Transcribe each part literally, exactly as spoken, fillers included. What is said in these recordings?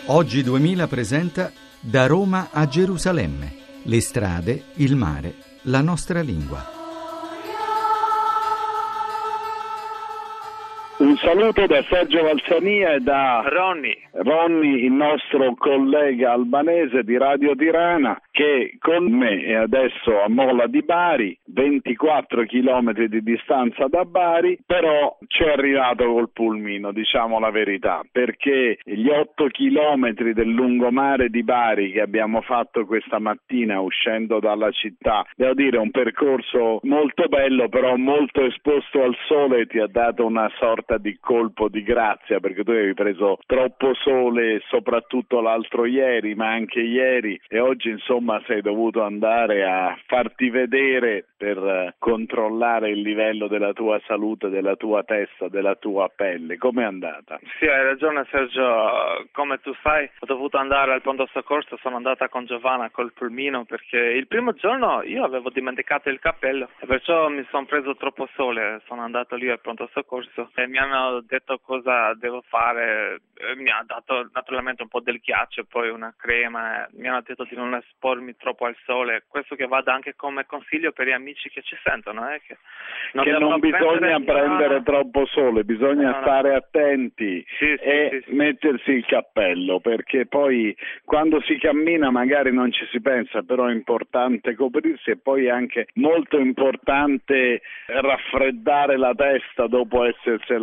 Oggi duemila presenta Da Roma a Gerusalemme. Le strade, il mare, la nostra lingua. Un saluto da Sergio Valsania e da Ronny. Ronny, il nostro collega albanese di Radio Tirana, che con me è adesso a Mola di Bari, ventiquattro chilometri di distanza da Bari, però ci è arrivato col pulmino, diciamo la verità, perché gli otto chilometri del lungomare di Bari che abbiamo fatto questa mattina uscendo dalla città, devo dire un percorso molto bello, però molto esposto al sole, ti ha dato una sorta di colpo di grazia, perché tu avevi preso troppo sole soprattutto l'altro ieri, ma anche ieri, e oggi insomma sei dovuto andare a farti vedere per controllare il livello della tua salute, della tua testa, della tua pelle. Com'è andata? Sì, hai ragione Sergio, come tu sai ho dovuto andare al pronto soccorso, sono andata con Giovanna col pulmino perché il primo giorno io avevo dimenticato il cappello e perciò mi sono preso troppo sole, sono andato lì al pronto soccorso e mi hanno detto cosa devo fare, mi ha dato naturalmente un po' del ghiaccio, poi una crema, mi hanno detto di non espormi troppo al sole, questo che vada anche come consiglio per gli amici che ci sentono, eh, che non, che non bisogna prendere, prendere no, troppo sole, bisogna no, no. stare attenti sì, sì, e sì, sì. mettersi il cappello, perché poi quando si cammina magari non ci si pensa, però è importante coprirsi e poi è anche molto importante raffreddare la testa dopo essersela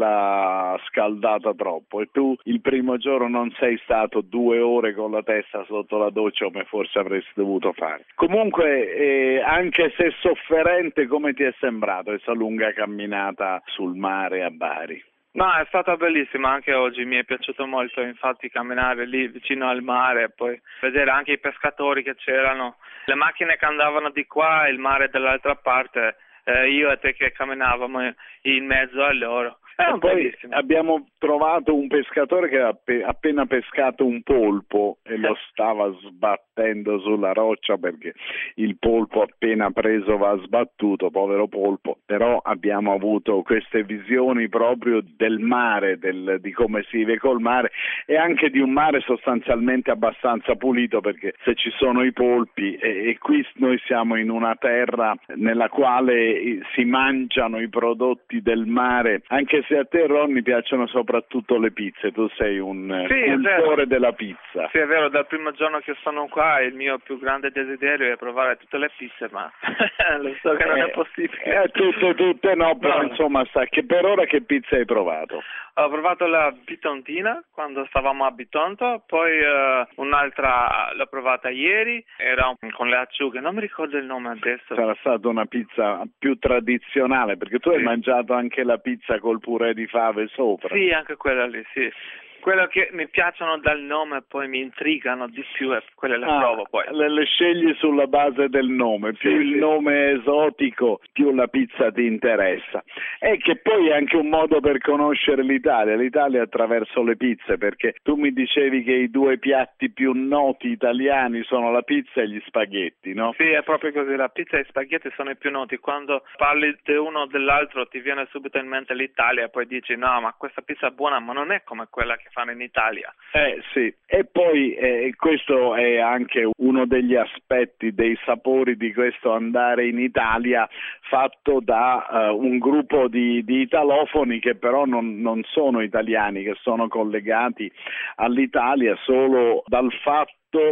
scaldata troppo. E tu il primo giorno non sei stato due ore con la testa sotto la doccia come forse avresti dovuto fare. Comunque eh, anche se sofferente, come ti è sembrato questa lunga camminata sul mare a Bari? No, è stata bellissima anche oggi, mi è piaciuto molto infatti camminare lì vicino al mare e poi vedere anche i pescatori che c'erano, le macchine che andavano di qua e il mare dall'altra parte, eh, io e te che camminavamo in mezzo a loro. E poi bellissimo. Abbiamo trovato un pescatore che ha appena pescato un polpo e lo stava sbattendo sulla roccia perché il polpo appena preso va sbattuto, povero polpo. Però abbiamo avuto queste visioni proprio del mare, del, di come si vive col mare e anche di un mare sostanzialmente abbastanza pulito, perché se ci sono i polpi e, e qui noi siamo in una terra nella quale si mangiano i prodotti del mare, anche se a te Ronny piacciono soprattutto le pizze, tu sei un sì, cultore della pizza. Sì, è vero, dal primo giorno che sono qua il mio più grande desiderio è provare tutte le pizze, ma lo so che non eh, è possibile. Eh, tutte, tutte no, però no. insomma sta, che per ora che pizza hai provato? Ho provato la bitontina quando stavamo a Bitonto, poi uh, un'altra l'ho provata ieri, era un, con le acciughe, non mi ricordo il nome adesso. Sarà stata una pizza più tradizionale, perché tu sì. hai mangiato anche la pizza col purè di fave sopra. Sì, anche quella lì, sì. Quello che mi piacciono dal nome poi mi intrigano di più e quelle le ah, provo poi. Le, le scegli sulla base del nome, più sì, il sì. nome è esotico, più la pizza ti interessa. E che poi è anche un modo per conoscere l'Italia, l'Italia attraverso le pizze, perché tu mi dicevi che i due piatti più noti italiani sono la pizza e gli spaghetti, no? Sì, è proprio così, la pizza e gli spaghetti sono i più noti, quando parli di uno o dell'altro ti viene subito in mente l'Italia e poi dici no, ma questa pizza è buona, ma non è come quella che fanno in Italia. Eh sì, e poi eh, questo è anche uno degli aspetti dei sapori di questo andare in Italia, fatto da uh, un gruppo di, di italofoni che però non, non sono italiani, che sono collegati all'Italia solo dal fatto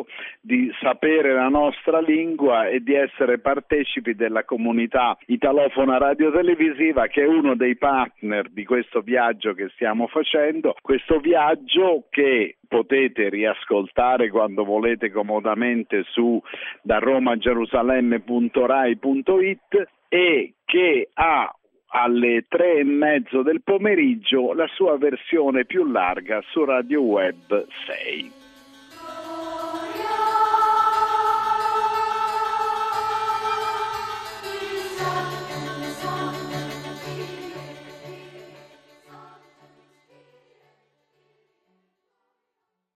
di sapere la nostra lingua e di essere partecipi della comunità italofona radiotelevisiva, che è uno dei partner di questo viaggio che stiamo facendo, questo viaggio che potete riascoltare quando volete comodamente su da roma gerusalemme punto rai punto it e che ha alle tre e mezzo del pomeriggio la sua versione più larga su Radio Web sei.